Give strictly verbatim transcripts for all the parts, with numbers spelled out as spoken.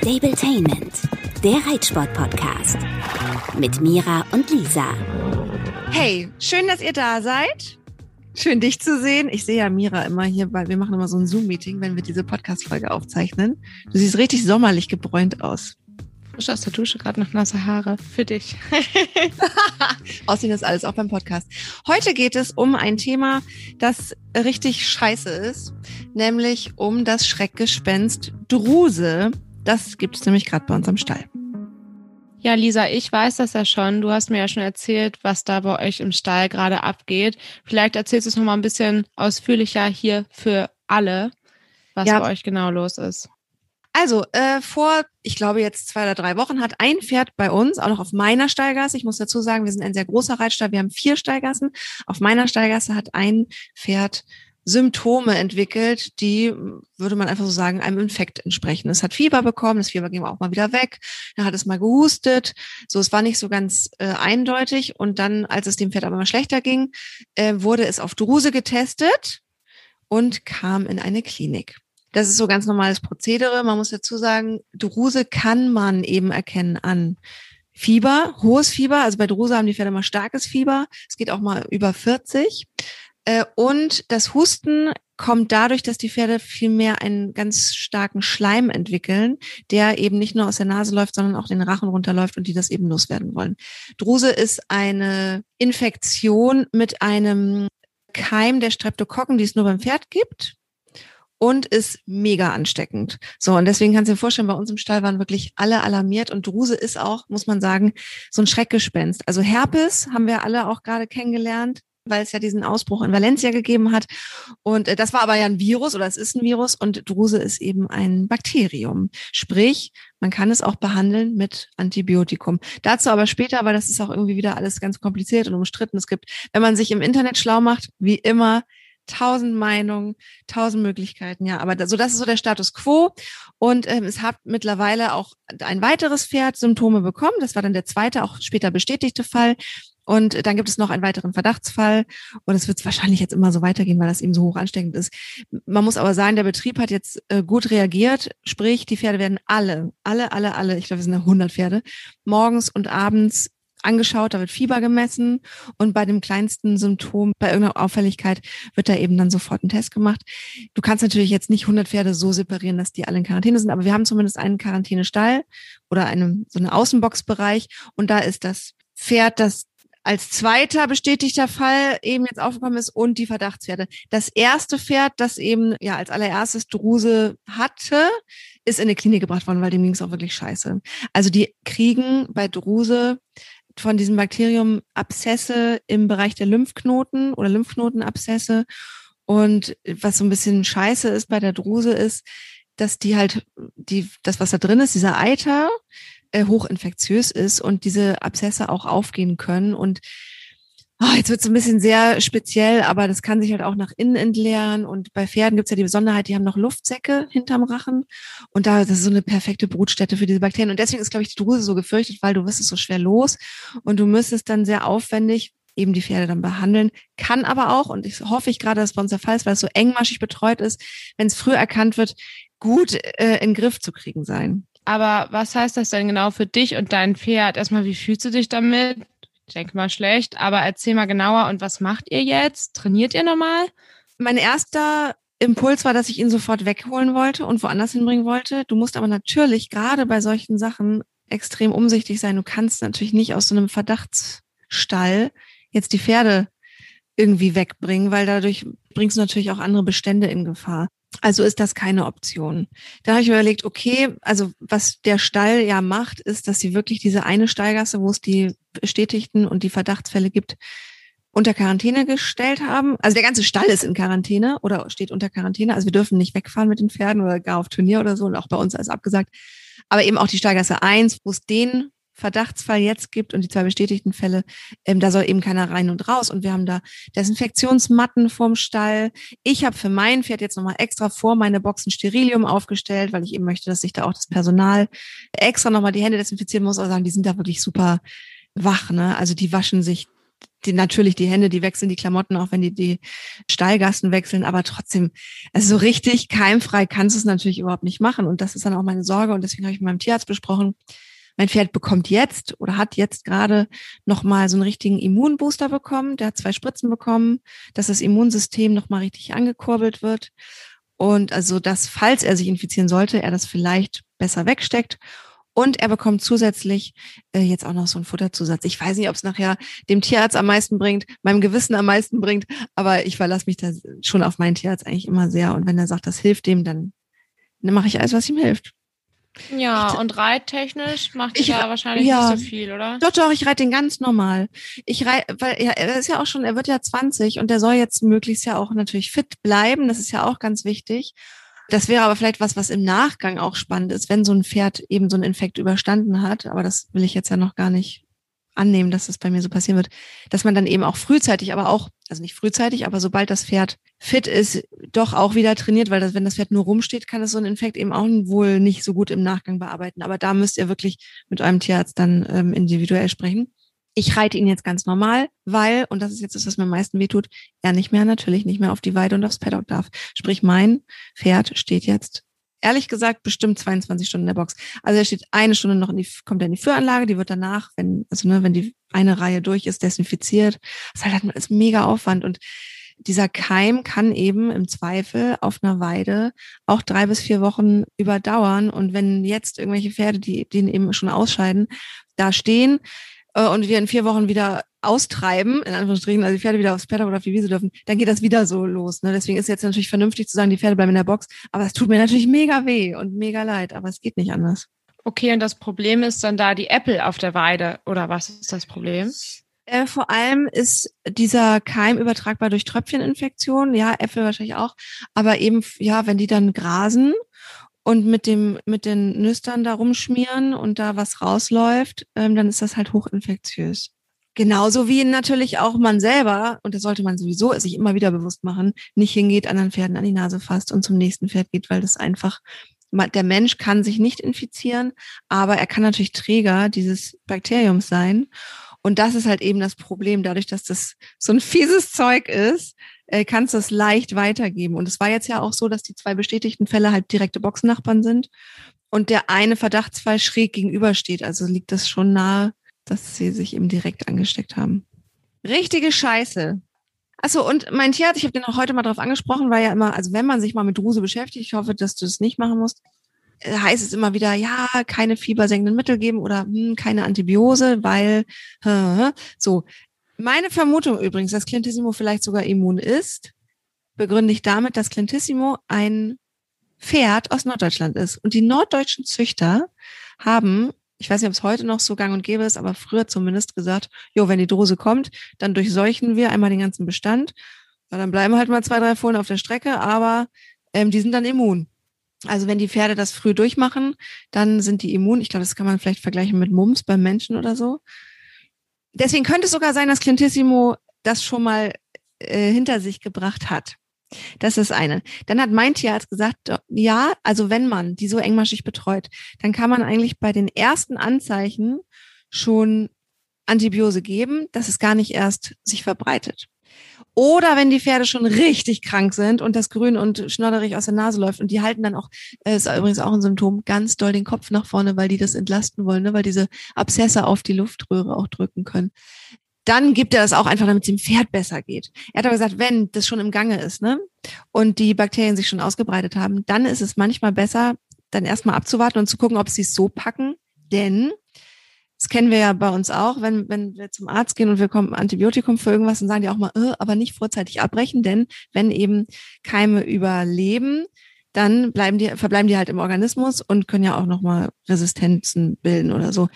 Stabletainment, der Reitsport-Podcast mit Mira und Lisa. Hey, schön, dass ihr da seid. Schön, dich zu sehen. Ich sehe ja Mira immer hier, weil wir machen immer so ein Zoom-Meeting, wenn wir diese Podcast-Folge aufzeichnen. Du siehst richtig sommerlich gebräunt aus. Frisch aus der Dusche, gerade noch nasse Haare. Für dich. Aussehen ist alles, auch beim Podcast. Heute geht es um ein Thema, das richtig scheiße ist, nämlich um das Schreckgespenst Druse. Das gibt es nämlich gerade bei uns am Stall. Ja, Lisa, ich weiß das ja schon. Du hast mir ja schon erzählt, was da bei euch im Stall gerade abgeht. Vielleicht erzählst du es nochmal ein bisschen ausführlicher hier für alle, was ja bei euch genau los ist. Also, äh, vor, ich glaube jetzt zwei oder drei Wochen hat ein Pferd bei uns, auch noch auf meiner Stallgasse, ich muss dazu sagen, wir sind ein sehr großer Reitstall, wir haben vier Stallgassen. Auf meiner Stallgasse hat ein Pferd Symptome entwickelt, die, würde man einfach so sagen, einem Infekt entsprechen. Es hat Fieber bekommen, das Fieber ging auch mal wieder weg, dann hat es mal gehustet, so, es war nicht so ganz äh, eindeutig und dann, als es dem Pferd aber mal schlechter ging, äh, wurde es auf Druse getestet und kam in eine Klinik. Das ist so ganz normales Prozedere. Man muss dazu sagen, Druse kann man eben erkennen an Fieber, hohes Fieber. Also bei Druse haben die Pferde mal starkes Fieber. Es geht auch mal über vierzig. Und das Husten kommt dadurch, dass die Pferde viel mehr einen ganz starken Schleim entwickeln, der eben nicht nur aus der Nase läuft, sondern auch den Rachen runterläuft und die das eben loswerden wollen. Druse ist eine Infektion mit einem Keim der Streptokokken, die es nur beim Pferd gibt. Und ist mega ansteckend. So, und deswegen kannst du dir vorstellen, bei uns im Stall waren wirklich alle alarmiert. Und Druse ist auch, muss man sagen, so ein Schreckgespenst. Also Herpes haben wir alle auch gerade kennengelernt, weil es ja diesen Ausbruch in Valencia gegeben hat. Und äh, das war aber ja ein Virus oder es ist ein Virus. Und Druse ist eben ein Bakterium. Sprich, man kann es auch behandeln mit Antibiotikum. Dazu aber später, weil das ist auch irgendwie wieder alles ganz kompliziert und umstritten. Es gibt, wenn man sich im Internet schlau macht, wie immer, tausend Meinungen, tausend Möglichkeiten, ja. Aber da, so, das ist so der Status quo. Und ähm, es hat mittlerweile auch ein weiteres Pferd Symptome bekommen. Das war dann der zweite, auch später bestätigte Fall. Und äh, dann gibt es noch einen weiteren Verdachtsfall. Und es wird wahrscheinlich jetzt immer so weitergehen, weil das eben so hoch ansteckend ist. Man muss aber sagen, der Betrieb hat jetzt äh, gut reagiert. Sprich, die Pferde werden alle, alle, alle, alle, ich glaube, es sind ja hundert Pferde, morgens und abends angeschaut, da wird Fieber gemessen und bei dem kleinsten Symptom, bei irgendeiner Auffälligkeit, wird da eben dann sofort ein Test gemacht. Du kannst natürlich jetzt nicht hundert Pferde so separieren, dass die alle in Quarantäne sind, aber wir haben zumindest einen Quarantänestall oder einen, so einen Außenboxbereich und da ist das Pferd, das als zweiter bestätigter Fall eben jetzt aufgekommen ist und die Verdachtspferde. Das erste Pferd, das eben ja als allererstes Druse hatte, ist in eine Klinik gebracht worden, weil dem ging es auch wirklich scheiße. Also die kriegen bei Druse von diesem Bakterium Abszesse im Bereich der Lymphknoten oder Lymphknotenabszesse. Und was so ein bisschen scheiße ist bei der Druse ist, dass die halt, die, das, was da drin ist, dieser Eiter, äh, hochinfektiös ist und diese Abszesse auch aufgehen können. Und oh, jetzt wird es ein bisschen sehr speziell, aber das kann sich halt auch nach innen entleeren. Und bei Pferden gibt es ja die Besonderheit, die haben noch Luftsäcke hinterm Rachen. Und da das ist so eine perfekte Brutstätte für diese Bakterien. Und deswegen ist, glaube ich, die Druse so gefürchtet, weil du wirst es so schwer los. Und du müsstest dann sehr aufwendig eben die Pferde dann behandeln. Kann aber auch, und ich hoffe ich gerade, dass es bei uns der Fall ist, weil es so engmaschig betreut ist, wenn es früh erkannt wird, gut äh, in den Griff zu kriegen sein. Aber was heißt das denn genau für dich und dein Pferd? Erstmal, wie fühlst du dich damit? Ich denke mal schlecht, aber erzähl mal genauer. Und was macht ihr jetzt? Trainiert ihr normal? Mein erster Impuls war, dass ich ihn sofort wegholen wollte und woanders hinbringen wollte. Du musst aber natürlich gerade bei solchen Sachen extrem umsichtig sein. Du kannst natürlich nicht aus so einem Verdachtsstall jetzt die Pferde irgendwie wegbringen, weil dadurch bringst du natürlich auch andere Bestände in Gefahr. Also ist das keine Option. Da habe ich mir überlegt, okay, also was der Stall ja macht, ist, dass sie wirklich diese eine Stallgasse, wo es die bestätigten und die Verdachtsfälle gibt, unter Quarantäne gestellt haben. Also der ganze Stall ist in Quarantäne oder steht unter Quarantäne. Also wir dürfen nicht wegfahren mit den Pferden oder gar auf Turnier oder so und auch bei uns alles abgesagt. Aber eben auch die Stallgasse eins, wo es den Verdachtsfall jetzt gibt und die zwei bestätigten Fälle, ähm, da soll eben keiner rein und raus. Und wir haben da Desinfektionsmatten vorm Stall. Ich habe für mein Pferd jetzt nochmal extra vor meine Boxen Sterilium aufgestellt, weil ich eben möchte, dass sich da auch das Personal extra nochmal die Hände desinfizieren muss. Also sagen, die sind da wirklich super wach, ne? Also die waschen sich die, natürlich die Hände, die wechseln die Klamotten, auch wenn die die Stallgassen wechseln, aber trotzdem, also so richtig keimfrei kannst du es natürlich überhaupt nicht machen. Und das ist dann auch meine Sorge. Und deswegen habe ich mit meinem Tierarzt besprochen, mein Pferd bekommt jetzt oder hat jetzt gerade nochmal so einen richtigen Immunbooster bekommen. Der hat zwei Spritzen bekommen, dass das Immunsystem nochmal richtig angekurbelt wird. Und also, dass, falls er sich infizieren sollte, er das vielleicht besser wegsteckt. Und er bekommt zusätzlich äh, jetzt auch noch so einen Futterzusatz. Ich weiß nicht, ob es nachher dem Tierarzt am meisten bringt, meinem Gewissen am meisten bringt, aber ich verlasse mich da schon auf meinen Tierarzt eigentlich immer sehr. Und wenn er sagt, das hilft dem, dann, dann mache ich alles, was ihm hilft. Ja, und reittechnisch macht ich, ihr da wahrscheinlich ja, nicht so viel, oder? Doch, doch, ich reite den ganz normal. Ich reite, weil ja, er ist ja auch schon, er wird ja zwanzig und der soll jetzt möglichst ja auch natürlich fit bleiben. Das ist ja auch ganz wichtig. Das wäre aber vielleicht was, was im Nachgang auch spannend ist, wenn so ein Pferd eben so einen Infekt überstanden hat. Aber das will ich jetzt ja noch gar nicht annehmen, dass das bei mir so passieren wird, dass man dann eben auch frühzeitig, aber auch, also nicht frühzeitig, aber sobald das Pferd fit ist, doch auch wieder trainiert, weil das, wenn das Pferd nur rumsteht, kann es so einen Infekt eben auch wohl nicht so gut im Nachgang bearbeiten. Aber da müsst ihr wirklich mit eurem Tierarzt dann ähm, individuell sprechen. Ich reite ihn jetzt ganz normal, weil, und das ist jetzt das, was mir am meisten wehtut, er nicht mehr, natürlich nicht mehr auf die Weide und aufs Paddock darf. Sprich, mein Pferd steht jetzt, ehrlich gesagt, bestimmt zweiundzwanzig Stunden in der Box. Also er steht eine Stunde noch in die, kommt er in die Führanlage, die wird danach, wenn, also ne, wenn die eine Reihe durch ist, desinfiziert. Das ist halt, das ist mega Aufwand. Und dieser Keim kann eben im Zweifel auf einer Weide auch drei bis vier Wochen überdauern. Und wenn jetzt irgendwelche Pferde, die, die eben schon ausscheiden, da stehen, und wir in vier Wochen wieder austreiben, in Anführungsstrichen, also die Pferde wieder aufs Paddock oder auf die Wiese dürfen, dann geht das wieder so los. Ne? Deswegen ist jetzt natürlich vernünftig zu sagen, die Pferde bleiben in der Box. Aber es tut mir natürlich mega weh und mega leid, aber es geht nicht anders. Okay, und das Problem ist dann da die Äpfel auf der Weide, oder was ist das Problem? Äh, vor allem ist dieser Keim übertragbar durch Tröpfcheninfektionen, ja, Äpfel wahrscheinlich auch, aber eben, ja, wenn die dann grasen und mit dem mit den Nüstern da rumschmieren und da was rausläuft, ähm, dann ist das halt hochinfektiös. Genauso wie natürlich auch man selber, und das sollte man sowieso sich immer wieder bewusst machen, nicht hingeht, anderen Pferden an die Nase fasst und zum nächsten Pferd geht, weil das einfach, der Mensch kann sich nicht infizieren, aber er kann natürlich Träger dieses Bakteriums sein. Und das ist halt eben das Problem, dadurch, dass das so ein fieses Zeug ist, kannst du es leicht weitergeben. Und es war jetzt ja auch so, dass die zwei bestätigten Fälle halt direkte Boxennachbarn sind und der eine Verdachtsfall schräg gegenübersteht. Also liegt das schon nahe, dass sie sich eben direkt angesteckt haben. Richtige Scheiße. Achso, und mein Tierarzt, ich habe den auch heute mal drauf angesprochen, weil ja immer, also wenn man sich mal mit Druse beschäftigt, ich hoffe, dass du es nicht machen musst, heißt es immer wieder, ja, keine fiebersenkenden Mittel geben oder hm, keine Antibiose, weil äh, so. Meine Vermutung übrigens, dass Clintissimo vielleicht sogar immun ist, begründe ich damit, dass Clintissimo ein Pferd aus Norddeutschland ist. Und die norddeutschen Züchter haben, ich weiß nicht, ob es heute noch so gang und gäbe ist, aber früher zumindest gesagt, jo, wenn die Druse kommt, dann durchseuchen wir einmal den ganzen Bestand. Ja, dann bleiben halt mal zwei, drei Fohlen auf der Strecke, aber ähm, die sind dann immun. Also wenn die Pferde das früh durchmachen, dann sind die immun. Ich glaube, das kann man vielleicht vergleichen mit Mumps beim Menschen oder so. Deswegen könnte es sogar sein, dass Clintissimo das schon mal äh, hinter sich gebracht hat. Das ist eine. Dann hat mein Tierarzt gesagt, ja, also wenn man die so engmaschig betreut, dann kann man eigentlich bei den ersten Anzeichen schon Antibiose geben, dass es gar nicht erst sich verbreitet. Oder wenn die Pferde schon richtig krank sind und das grün und schnodderig aus der Nase läuft und die halten dann auch, äh, ist übrigens auch ein Symptom, ganz doll den Kopf nach vorne, weil die das entlasten wollen, ne? Weil diese Abszesse auf die Luftröhre auch drücken können. Dann gibt er das auch einfach, damit es dem Pferd besser geht. Er hat aber gesagt, wenn das schon im Gange ist, ne, und die Bakterien sich schon ausgebreitet haben, dann ist es manchmal besser, dann erstmal abzuwarten und zu gucken, ob sie es so packen, denn das kennen wir ja bei uns auch, wenn wenn wir zum Arzt gehen und wir kommen Antibiotikum für irgendwas, dann sagen die auch mal, äh, aber nicht vorzeitig abbrechen, denn wenn eben Keime überleben, dann bleiben die, verbleiben die halt im Organismus und können ja auch nochmal Resistenzen bilden oder so.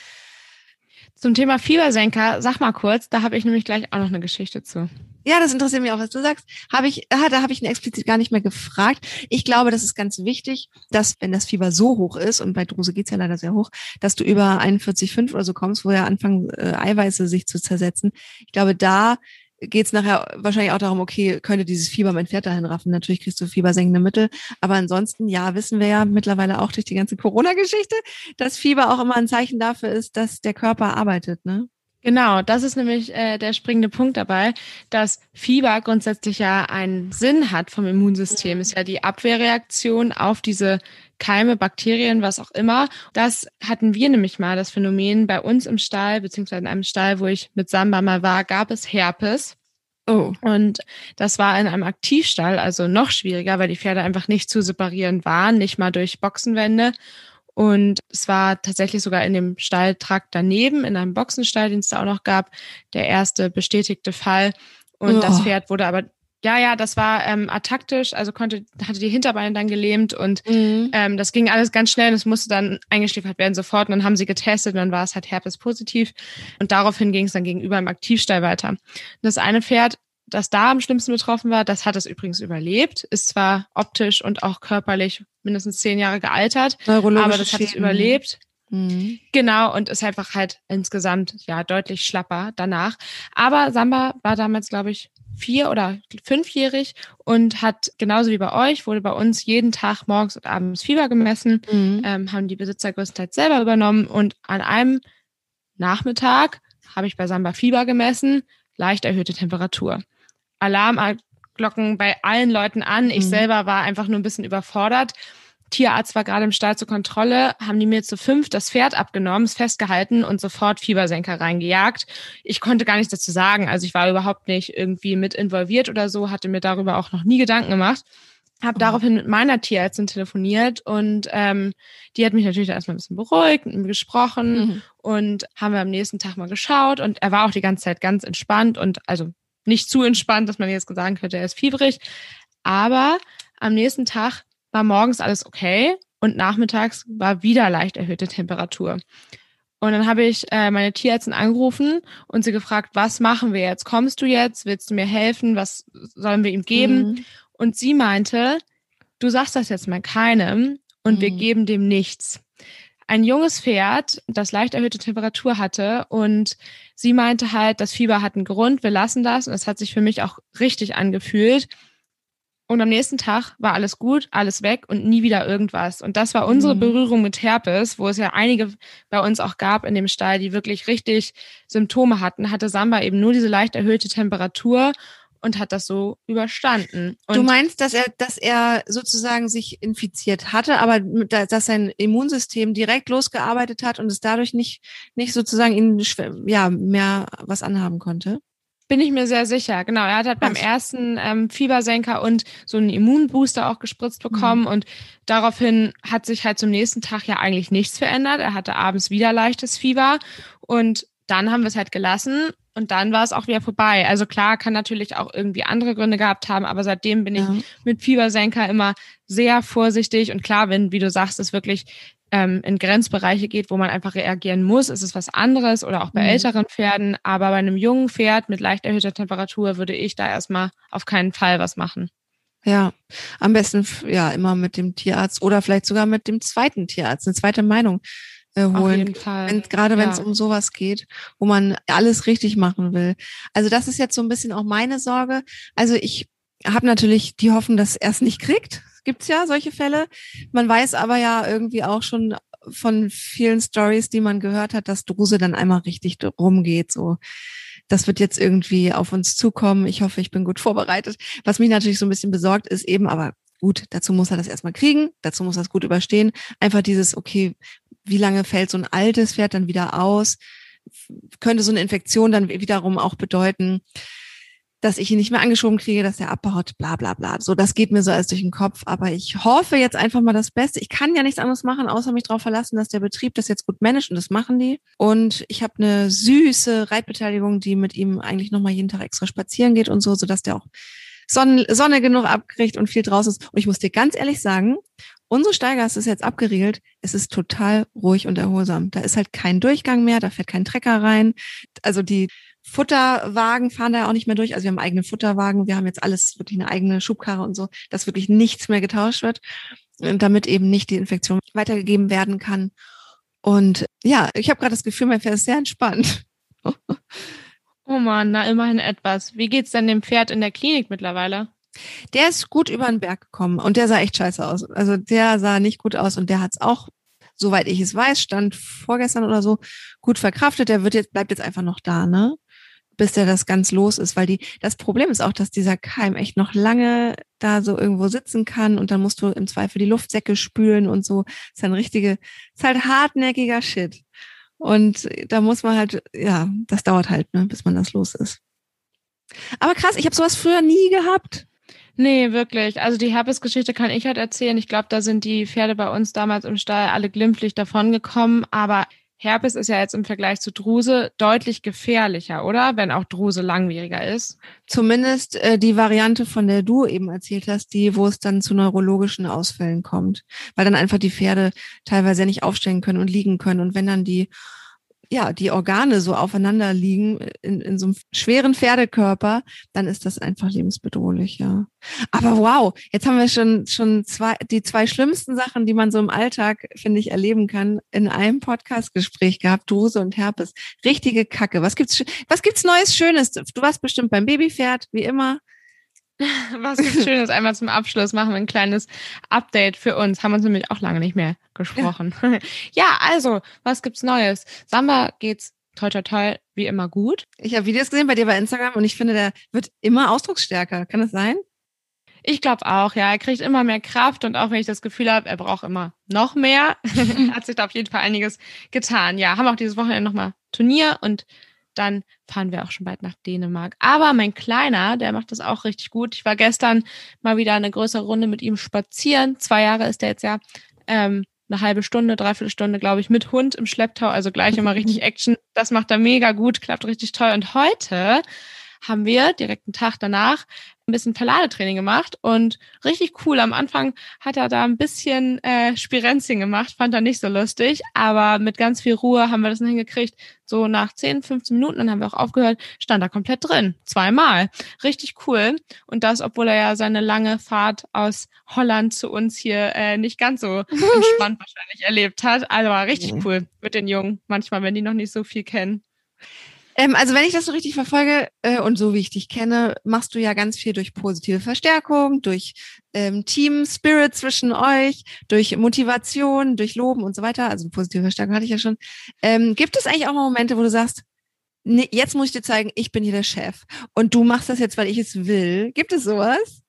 Zum Thema Fiebersenker, sag mal kurz, da habe ich nämlich gleich auch noch eine Geschichte zu. Ja, das interessiert mich auch, was du sagst. Habe ich, ah, da habe ich ihn explizit gar nicht mehr gefragt. Ich glaube, das ist ganz wichtig, dass, wenn das Fieber so hoch ist, und bei Druse geht's ja leider sehr hoch, dass du über einundvierzig Komma fünf oder so kommst, wo ja anfangen, äh, Eiweiße sich zu zersetzen. Ich glaube, da geht's nachher wahrscheinlich auch darum, okay, könnte dieses Fieber mein Pferd dahin raffen? Natürlich kriegst du fiebersenkende Mittel. Aber ansonsten, ja, wissen wir ja mittlerweile auch durch die ganze Corona-Geschichte, dass Fieber auch immer ein Zeichen dafür ist, dass der Körper arbeitet, ne? Genau, das ist nämlich äh, der springende Punkt dabei, dass Fieber grundsätzlich ja einen Sinn hat vom Immunsystem. Ist ja die Abwehrreaktion auf diese Keime, Bakterien, was auch immer. Das hatten wir nämlich mal, das Phänomen bei uns im Stall, beziehungsweise in einem Stall, wo ich mit Samba mal war, gab es Herpes. Oh. Und das war in einem Aktivstall, also noch schwieriger, weil die Pferde einfach nicht zu separieren waren, nicht mal durch Boxenwände. Und es war tatsächlich sogar in dem Stalltrakt daneben, in einem Boxenstall, den es da auch noch gab, der erste bestätigte Fall. Und oh. das Pferd wurde aber, ja, ja, das war ähm, ataktisch, also konnte, hatte die Hinterbeine dann gelähmt und mhm. ähm, das ging alles ganz schnell. Es musste dann eingeschläfert werden sofort. Und dann haben sie getestet und dann war es halt Herpes positiv. Und daraufhin ging es dann gegenüber im Aktivstall weiter. Und das eine Pferd, das da am schlimmsten betroffen war, das hat es übrigens überlebt, ist zwar optisch und auch körperlich mindestens zehn Jahre gealtert, aber das hat es überlebt. Mhm. Genau, und ist einfach halt insgesamt ja deutlich schlapper danach. Aber Samba war damals, glaube ich, vier- oder fünfjährig und hat genauso wie bei euch, wurde bei uns jeden Tag morgens und abends Fieber gemessen, mhm. ähm, haben die Besitzer größtenteils selber übernommen und an einem Nachmittag habe ich bei Samba Fieber gemessen, leicht erhöhte Temperatur. Alarmglocken bei allen Leuten an. Ich mhm. selber war einfach nur ein bisschen überfordert. Tierarzt war gerade im Stall zur Kontrolle, haben die mir zu fünf das Pferd abgenommen, es festgehalten und sofort Fiebersenker reingejagt. Ich konnte gar nichts dazu sagen. Also ich war überhaupt nicht irgendwie mit involviert oder so, hatte mir darüber auch noch nie Gedanken gemacht. Habe oh. daraufhin mit meiner Tierärztin telefoniert und ähm, die hat mich natürlich erstmal ein bisschen beruhigt, mit ihm gesprochen mhm. und haben wir am nächsten Tag mal geschaut und er war auch die ganze Zeit ganz entspannt und also nicht zu entspannt, dass man jetzt sagen könnte, er ist fiebrig. Aber am nächsten Tag war morgens alles okay und nachmittags war wieder leicht erhöhte Temperatur. Und dann habe ich äh, meine Tierärztin angerufen und sie gefragt, was machen wir jetzt? Kommst du jetzt? Willst du mir helfen? Was sollen wir ihm geben? Mhm. Und sie meinte, du sagst das jetzt mal keinem und mhm. wir geben dem nichts. Ein junges Pferd, das leicht erhöhte Temperatur hatte und sie meinte halt, das Fieber hat einen Grund, wir lassen das und es hat sich für mich auch richtig angefühlt. Und am nächsten Tag war alles gut, alles weg und nie wieder irgendwas. Und das war unsere mhm. Berührung mit Herpes, wo es ja einige bei uns auch gab in dem Stall, die wirklich richtig Symptome hatten, hatte Samba eben nur diese leicht erhöhte Temperatur und hat das so überstanden. Und du meinst, dass er, dass er sozusagen sich infiziert hatte, aber dass sein Immunsystem direkt losgearbeitet hat und es dadurch nicht, nicht sozusagen ihn, ja, mehr was anhaben konnte? Bin ich mir sehr sicher, genau. Er hat halt beim ersten ähm, Fiebersenker und so einen Immunbooster auch gespritzt bekommen mhm. und daraufhin hat sich halt zum nächsten Tag ja eigentlich nichts verändert. Er hatte abends wieder leichtes Fieber und dann haben wir es halt gelassen und dann war es auch wieder vorbei. Also klar, kann natürlich auch irgendwie andere Gründe gehabt haben, aber seitdem bin ja. ich mit Fiebersenker immer sehr vorsichtig und klar, wenn, wie du sagst, es wirklich ähm, in Grenzbereiche geht, wo man einfach reagieren muss, ist es was anderes oder auch bei mhm. älteren Pferden, aber bei einem jungen Pferd mit leicht erhöhter Temperatur würde ich da erstmal auf keinen Fall was machen. Ja, am besten ja immer mit dem Tierarzt oder vielleicht sogar mit dem zweiten Tierarzt, eine zweite Meinung äh, holen. Auf jeden Fall. Wenn, gerade ja. wenn es um sowas geht, wo man alles richtig machen will. Also das ist jetzt so ein bisschen auch meine Sorge. Also ich habe natürlich die Hoffnung, dass er es nicht kriegt. Gibt's ja solche Fälle. Man weiß aber ja irgendwie auch schon von vielen Stories, die man gehört hat, dass Druse dann einmal richtig rumgeht. So, das wird jetzt irgendwie auf uns zukommen. Ich hoffe, ich bin gut vorbereitet. Was mich natürlich so ein bisschen besorgt ist eben, aber gut, dazu muss er das erstmal kriegen. Dazu muss er es gut überstehen. Einfach dieses, okay, wie lange fällt so ein altes Pferd dann wieder aus? Könnte so eine Infektion dann wiederum auch bedeuten, dass ich ihn nicht mehr angeschoben kriege, dass er abbaut, bla bla bla. So, das geht mir so alles durch den Kopf. Aber ich hoffe jetzt einfach mal das Beste. Ich kann ja nichts anderes machen, außer mich darauf verlassen, dass der Betrieb das jetzt gut managt und das machen die. Und ich habe eine süße Reitbeteiligung, die mit ihm eigentlich nochmal jeden Tag extra spazieren geht und so, sodass der auch Sonne, Sonne genug abkriegt und viel draußen ist. Und ich muss dir ganz ehrlich sagen, unsere Steigasse ist jetzt abgeriegelt. Es ist total ruhig und erholsam. Da ist halt kein Durchgang mehr, da fährt kein Trecker rein. Also die Futterwagen fahren da ja auch nicht mehr durch. Also wir haben eigene Futterwagen. Wir haben jetzt alles, wirklich eine eigene Schubkarre und so, dass wirklich nichts mehr getauscht wird, damit eben nicht die Infektion weitergegeben werden kann. Und ja, ich habe gerade das Gefühl, mein Pferd ist sehr entspannt. Oh Mann, na immerhin etwas. Wie geht's denn dem Pferd in der Klinik mittlerweile? Der ist gut über den Berg gekommen und der sah echt scheiße aus. Also der sah nicht gut aus und der hat's auch soweit ich es weiß, stand vorgestern oder so, gut verkraftet. Der wird jetzt, bleibt jetzt einfach noch da, ne? Bis der das ganz los ist, weil die, das Problem ist auch, dass dieser Keim echt noch lange da so irgendwo sitzen kann und dann musst du im Zweifel die Luftsäcke spülen und so. Ist ein richtige, ist halt hartnäckiger Shit. Und da muss man halt, ja, das dauert halt, ne, bis man das los ist. Aber krass, ich habe sowas früher nie gehabt. Nee, wirklich. Also die Herpesgeschichte kann ich halt erzählen. Ich glaube, da sind die Pferde bei uns damals im Stall alle glimpflich davongekommen, aber Herpes ist ja jetzt im Vergleich zu Druse deutlich gefährlicher, oder? Wenn auch Druse langwieriger ist. Zumindest äh, die Variante, von der du eben erzählt hast, die, wo es dann zu neurologischen Ausfällen kommt. Weil dann einfach die Pferde teilweise nicht aufstehen können und liegen können. Und wenn dann die, ja, die Organe so aufeinander liegen in, in so einem schweren Pferdekörper, dann ist das einfach lebensbedrohlich, ja. Aber wow, jetzt haben wir schon schon zwei die zwei schlimmsten Sachen, die man so im Alltag, finde ich, erleben kann, in einem Podcastgespräch gehabt, Druse und Herpes. Richtige Kacke. Was gibt's was gibt's Neues Schönes? Du warst bestimmt beim Babypferd, wie immer. Was gibt's Schönes? Einmal zum Abschluss machen wir ein kleines Update für uns. Haben uns nämlich auch lange nicht mehr gesprochen. Ja, ja, also, was gibt's Neues? Samba geht's toi toi toi wie immer gut. Ich habe Videos gesehen bei dir bei Instagram und ich finde, der wird immer ausdrucksstärker. Kann das sein? Ich glaube auch, ja. Er kriegt immer mehr Kraft und auch wenn ich das Gefühl habe, er braucht immer noch mehr, hat sich da auf jeden Fall einiges getan. Ja, haben auch dieses Wochenende nochmal Turnier und dann fahren wir auch schon bald nach Dänemark. Aber mein Kleiner, der macht das auch richtig gut. Ich war gestern mal wieder eine größere Runde mit ihm spazieren. Zwei Jahre ist der jetzt ja. Ähm, eine halbe Stunde, dreiviertel Stunde, glaube ich, mit Hund im Schlepptau. Also gleich immer richtig Action. Das macht er mega gut, klappt richtig toll. Und heute haben wir direkt einen Tag danach ein bisschen Verladetraining gemacht und richtig cool. Am Anfang hat er da ein bisschen äh, Spirenzchen gemacht, fand er nicht so lustig, aber mit ganz viel Ruhe haben wir das dann hingekriegt. So nach zehn, fünfzehn Minuten, dann haben wir auch aufgehört, stand er komplett drin. Zweimal. Richtig cool. Und das, obwohl er ja seine lange Fahrt aus Holland zu uns hier äh, nicht ganz so entspannt wahrscheinlich erlebt hat. Also war richtig cool mit den Jungen. Manchmal, wenn die noch nicht so viel kennen. Ähm, also wenn ich das so richtig verfolge äh, und so wie ich dich kenne, machst du ja ganz viel durch positive Verstärkung, durch ähm, Team Spirit zwischen euch, durch Motivation, durch Loben und so weiter. Also positive Verstärkung hatte ich ja schon. Ähm, gibt es eigentlich auch mal Momente, wo du sagst, nee, jetzt muss ich dir zeigen, ich bin hier der Chef und du machst das jetzt, weil ich es will? Gibt es sowas?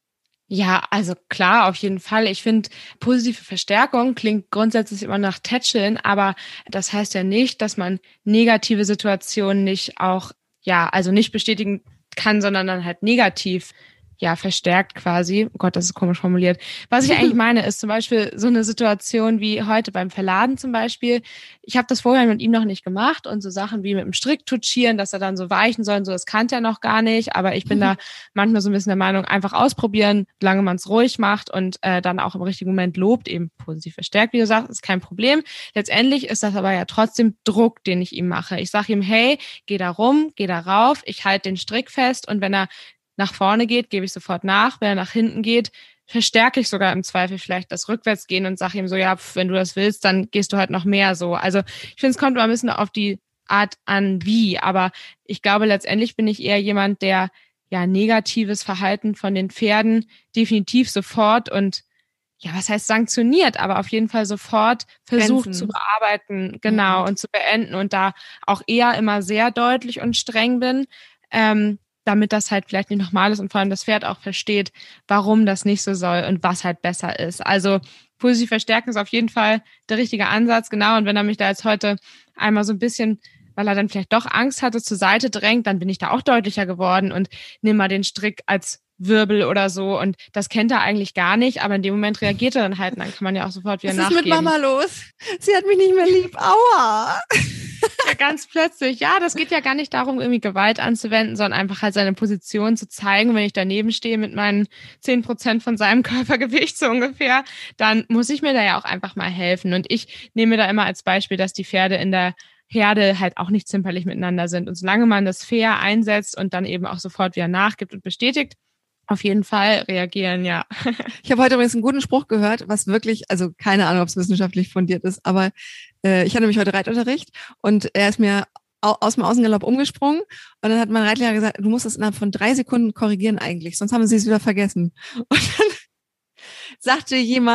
Ja, also klar, auf jeden Fall. Ich finde, positive Verstärkung klingt grundsätzlich immer nach Tätscheln, aber das heißt ja nicht, dass man negative Situationen nicht auch, ja, also nicht bestätigen kann, sondern dann halt negativ, ja, verstärkt quasi. Oh Gott, das ist komisch formuliert. Was ich eigentlich meine, ist zum Beispiel so eine Situation wie heute beim Verladen zum Beispiel. Ich habe das vorher mit ihm noch nicht gemacht und so Sachen wie mit dem Strick tutschieren, dass er dann so weichen soll und so, das kannte er noch gar nicht. Aber ich bin da manchmal so ein bisschen der Meinung, einfach ausprobieren, solange man es ruhig macht und äh, dann auch im richtigen Moment lobt, eben positiv verstärkt, wie du sagst, ist kein Problem. Letztendlich ist das aber ja trotzdem Druck, den ich ihm mache. Ich sage ihm, hey, geh da rum, geh da rauf, ich halte den Strick fest und wenn er nach vorne geht, gebe ich sofort nach. Wenn er nach hinten geht, verstärke ich sogar im Zweifel vielleicht das Rückwärtsgehen und sage ihm so, ja, pf, wenn du das willst, dann gehst du halt noch mehr so. Also ich finde, es kommt immer ein bisschen auf die Art an, wie. Aber ich glaube, letztendlich bin ich eher jemand, der ja negatives Verhalten von den Pferden definitiv sofort und ja, was heißt sanktioniert, aber auf jeden Fall sofort versucht Grenzen zu bearbeiten, genau, Mhm. und zu beenden und da auch eher immer sehr deutlich und streng bin. Ähm, damit das halt vielleicht nicht normal ist und vor allem das Pferd auch versteht, warum das nicht so soll und was halt besser ist. Also positiv verstärken ist auf jeden Fall der richtige Ansatz, genau. Und wenn er mich da jetzt heute einmal so ein bisschen, weil er dann vielleicht doch Angst hatte, zur Seite drängt, dann bin ich da auch deutlicher geworden und nimm mal den Strick als Wirbel oder so und das kennt er eigentlich gar nicht, aber in dem Moment reagiert er dann halt und dann kann man ja auch sofort wieder nachgeben. Was ist mit Mama los? Sie hat mich nicht mehr lieb. Aua! Ja, ganz plötzlich. Ja, das geht ja gar nicht darum, irgendwie Gewalt anzuwenden, sondern einfach halt seine Position zu zeigen. Wenn ich daneben stehe mit meinen zehn Prozent von seinem Körpergewicht so ungefähr, dann muss ich mir da ja auch einfach mal helfen. Und ich nehme da immer als Beispiel, dass die Pferde in der Herde halt auch nicht zimperlich miteinander sind. Und solange man das fair einsetzt und dann eben auch sofort wieder nachgibt und bestätigt, auf jeden Fall reagieren, ja. Ich habe heute übrigens einen guten Spruch gehört, was wirklich, also keine Ahnung, ob es wissenschaftlich fundiert ist, aber äh, ich hatte nämlich heute Reitunterricht und er ist mir au- aus dem Außengalopp umgesprungen und dann hat mein Reitlehrer gesagt, du musst das innerhalb von drei Sekunden korrigieren eigentlich, sonst haben sie es wieder vergessen. Und dann sagte jemand,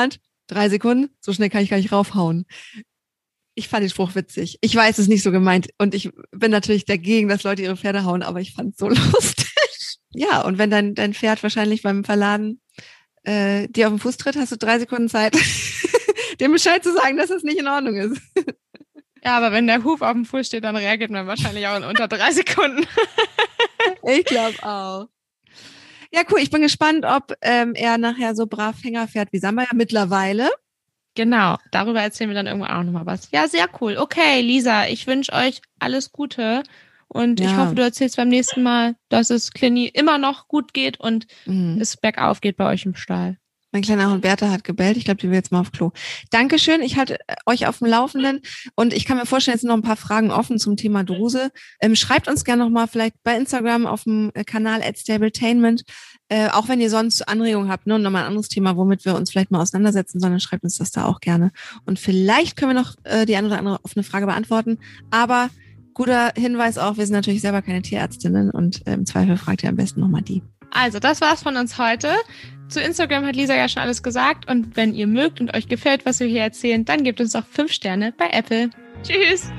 Drei Sekunden, so schnell kann ich gar nicht raufhauen. Ich fand den Spruch witzig. Ich weiß, es ist nicht so gemeint und ich bin natürlich dagegen, dass Leute ihre Pferde hauen, aber ich fand es so lustig. Ja, und wenn dein, dein Pferd wahrscheinlich beim Verladen äh, dir auf den Fuß tritt, hast du drei Sekunden Zeit, dem Bescheid zu sagen, dass das nicht in Ordnung ist. Ja, aber wenn der Huf auf dem Fuß steht, dann reagiert man wahrscheinlich auch in unter drei Sekunden. Ich glaube auch. Ja, cool. Ich bin gespannt, ob ähm, er nachher so brav Hänger fährt wie Samba ja mittlerweile. Genau, darüber erzählen wir dann irgendwann auch nochmal was. Ja, sehr cool. Okay, Lisa, ich wünsche euch alles Gute und ja. ich hoffe, du erzählst beim nächsten Mal, dass es Clini immer noch gut geht und mhm. es bergauf geht bei euch im Stall. Mein kleiner Hund Bertha hat gebellt. Ich glaube, die will jetzt mal auf Klo. Dankeschön. Ich halte euch auf dem Laufenden und ich kann mir vorstellen, jetzt sind noch ein paar Fragen offen zum Thema Druse. Ähm, schreibt uns gerne nochmal vielleicht bei Instagram auf dem Kanal at stabletainment. Äh, auch wenn ihr sonst Anregungen habt, ne, und nochmal ein anderes Thema, womit wir uns vielleicht mal auseinandersetzen, sondern schreibt uns das da auch gerne. Und vielleicht können wir noch äh, die eine oder andere offene Frage beantworten. Aber guter Hinweis auch, wir sind natürlich selber keine Tierärztinnen und äh, im Zweifel fragt ihr am besten nochmal die. Also, das war's von uns heute. Zu Instagram hat Lisa ja schon alles gesagt. Und wenn ihr mögt und euch gefällt, was wir hier erzählen, dann gebt uns doch fünf Sterne bei Apple. Tschüss!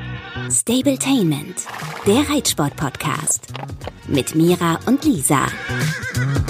Stabletainment, der Reitsport-Podcast mit Mira und Lisa.